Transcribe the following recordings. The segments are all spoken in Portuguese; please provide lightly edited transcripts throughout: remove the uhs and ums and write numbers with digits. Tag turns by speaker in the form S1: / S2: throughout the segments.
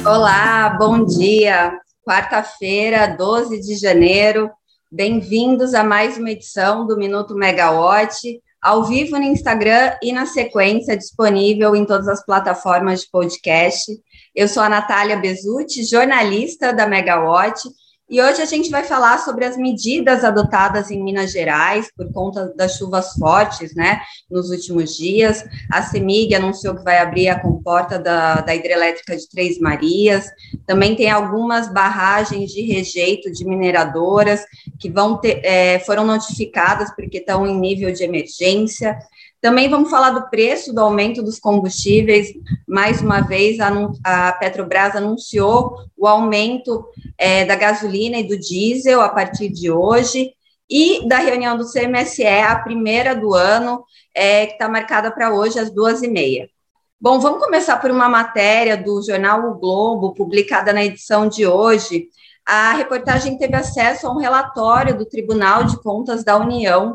S1: Olá, bom dia. Quarta-feira, 12 de janeiro. Bem-vindos a mais uma edição do Minuto Megawatt, ao vivo no Instagram e na sequência disponível em todas as plataformas de podcast. Eu sou a Natália Bezutti, jornalista da Megawatt, e hoje a gente vai falar sobre as medidas adotadas em Minas Gerais por conta das chuvas fortes, nos últimos dias. A CEMIG anunciou que vai abrir a comporta da hidrelétrica de Três Marias. Também tem algumas barragens de rejeito de mineradoras que foram notificadas porque estão em nível de emergência. Também vamos falar do preço do aumento dos combustíveis. Mais uma vez, a Petrobras anunciou o aumento da gasolina e do diesel a partir de hoje, e da reunião do CMSE, a primeira do ano, que está marcada para hoje, às 2h30. Bom, vamos começar por uma matéria do jornal O Globo, publicada na edição de hoje. A reportagem teve acesso a um relatório do Tribunal de Contas da União,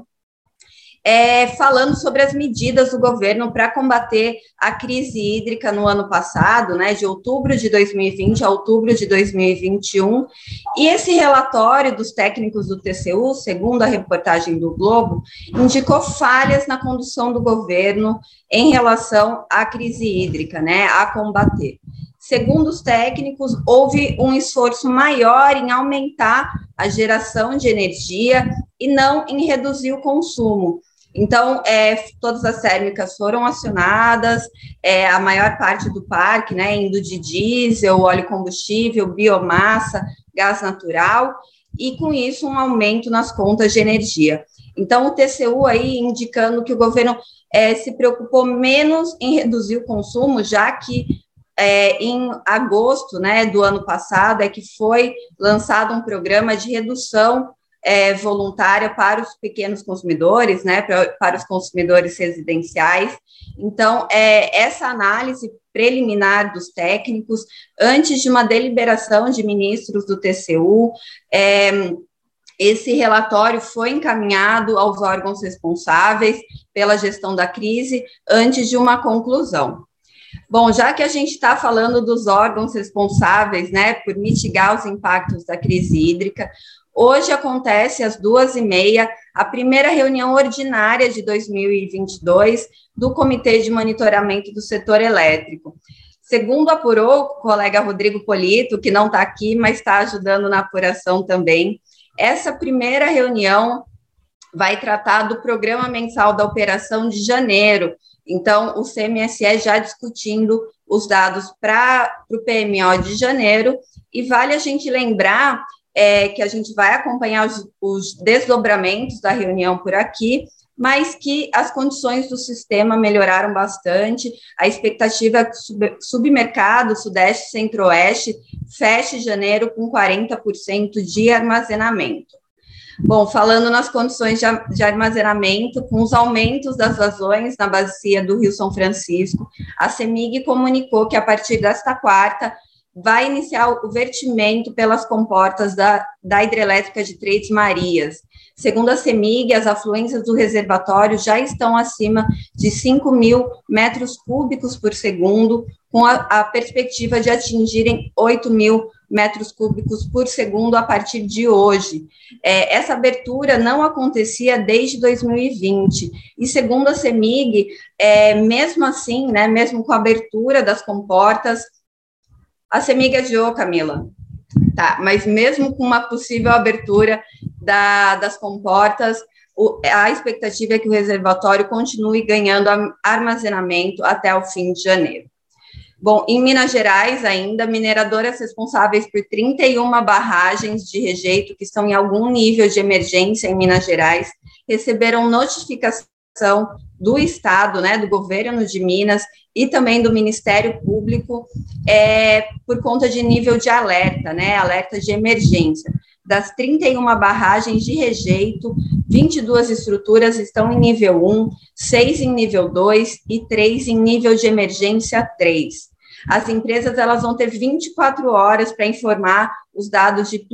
S1: falando sobre as medidas do governo para combater a crise hídrica no ano passado, de outubro de 2020 a outubro de 2021, e esse relatório dos técnicos do TCU, segundo a reportagem do Globo, indicou falhas na condução do governo em relação à crise hídrica, a combater. Segundo os técnicos, houve um esforço maior em aumentar a geração de energia e não em reduzir o consumo. Então, todas as térmicas foram acionadas, a maior parte do parque, indo de diesel, óleo combustível, biomassa, gás natural, e com isso um aumento nas contas de energia. Então, o TCU aí indicando que o governo se preocupou menos em reduzir o consumo, já que em agosto, do ano passado, é que foi lançado um programa de redução voluntária para os pequenos consumidores, para os consumidores residenciais. Então, essa análise preliminar dos técnicos, antes de uma deliberação de ministros do TCU, esse relatório foi encaminhado aos órgãos responsáveis pela gestão da crise antes de uma conclusão. Bom, já que a gente está falando dos órgãos responsáveis, por mitigar os impactos da crise hídrica, hoje acontece às 2h30 a primeira reunião ordinária de 2022 do Comitê de Monitoramento do Setor Elétrico. Segundo apurou o colega Rodrigo Polito, que não está aqui, mas está ajudando na apuração também, essa primeira reunião vai tratar do programa mensal da operação de janeiro. Então, o CMSE já discutindo os dados para o PMO de janeiro, e vale a gente lembrar que a gente vai acompanhar os desdobramentos da reunião por aqui, mas que as condições do sistema melhoraram bastante. A expectativa é que o submercado Sudeste Centro-Oeste feche janeiro com 40% de armazenamento. Bom, falando nas condições de armazenamento, com os aumentos das vazões na bacia do Rio São Francisco, a CEMIG comunicou que a partir desta quarta vai iniciar o vertimento pelas comportas da hidrelétrica de Três Marias. Segundo a CEMIG, as afluências do reservatório já estão acima de 5.000 metros cúbicos por segundo, com a perspectiva de atingirem 8.000 metros cúbicos por segundo a partir de hoje. Essa abertura não acontecia desde 2020, e segundo a CEMIG, mesmo assim, mesmo com a abertura das comportas, a CEMIG adiou, Camila, tá, mas mesmo com uma possível abertura das comportas, a expectativa é que o reservatório continue ganhando armazenamento até o fim de janeiro. Bom, em Minas Gerais ainda, mineradoras responsáveis por 31 barragens de rejeito que estão em algum nível de emergência em Minas Gerais, receberam notificação do Estado, do governo de Minas e também do Ministério Público por conta de nível de alerta, alerta de emergência. Das 31 barragens de rejeito, 22 estruturas estão em nível 1, 6 em nível 2 e 3 em nível de emergência 3. As empresas elas vão ter 24 horas para informar os dados de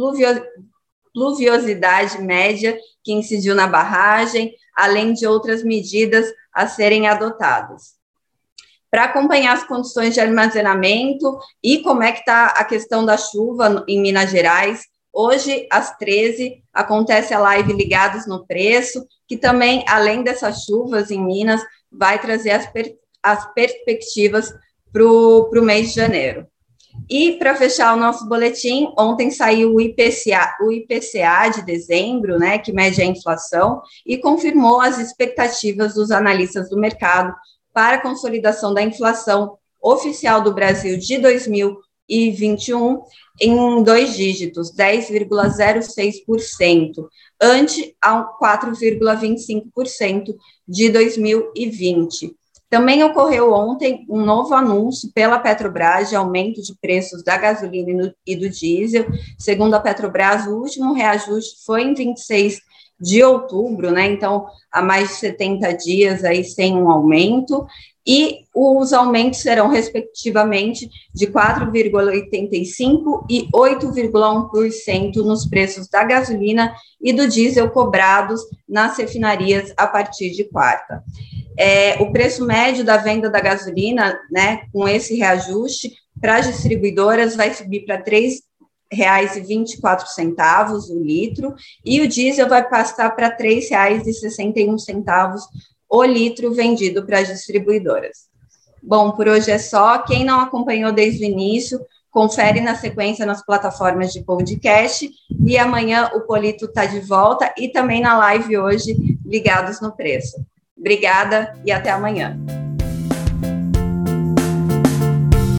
S1: pluviosidade média que incidiu na barragem, além de outras medidas a serem adotadas. Para acompanhar as condições de armazenamento e como é que está a questão da chuva em Minas Gerais, hoje, às 13, acontece a live Ligados no Preço, que também, além dessas chuvas em Minas, vai trazer as perspectivas para o mês de janeiro. E, para fechar o nosso boletim, ontem saiu o IPCA de dezembro, né, que mede a inflação, e confirmou as expectativas dos analistas do mercado para a consolidação da inflação oficial do Brasil de 2021 em 2 dígitos, 10,06%, ante a 4,25% de 2020. Também ocorreu ontem um novo anúncio pela Petrobras de aumento de preços da gasolina e do diesel. Segundo a Petrobras, o último reajuste foi em 26 de outubro, né? Então, há mais de 70 dias aí sem um aumento, e os aumentos serão, respectivamente, de 4,85% e 8,1% nos preços da gasolina e do diesel cobrados nas refinarias a partir de quarta. O preço médio da venda da gasolina, né, com esse reajuste, para as distribuidoras vai subir para R$ 3,24 o litro, e o diesel vai passar para R$ 3,61 o litro vendido para as distribuidoras. Bom, por hoje é só. Quem não acompanhou desde o início, confere na sequência nas plataformas de podcast, e amanhã o Polito está de volta, e também na live hoje, Ligados no Preço. Obrigada e até amanhã.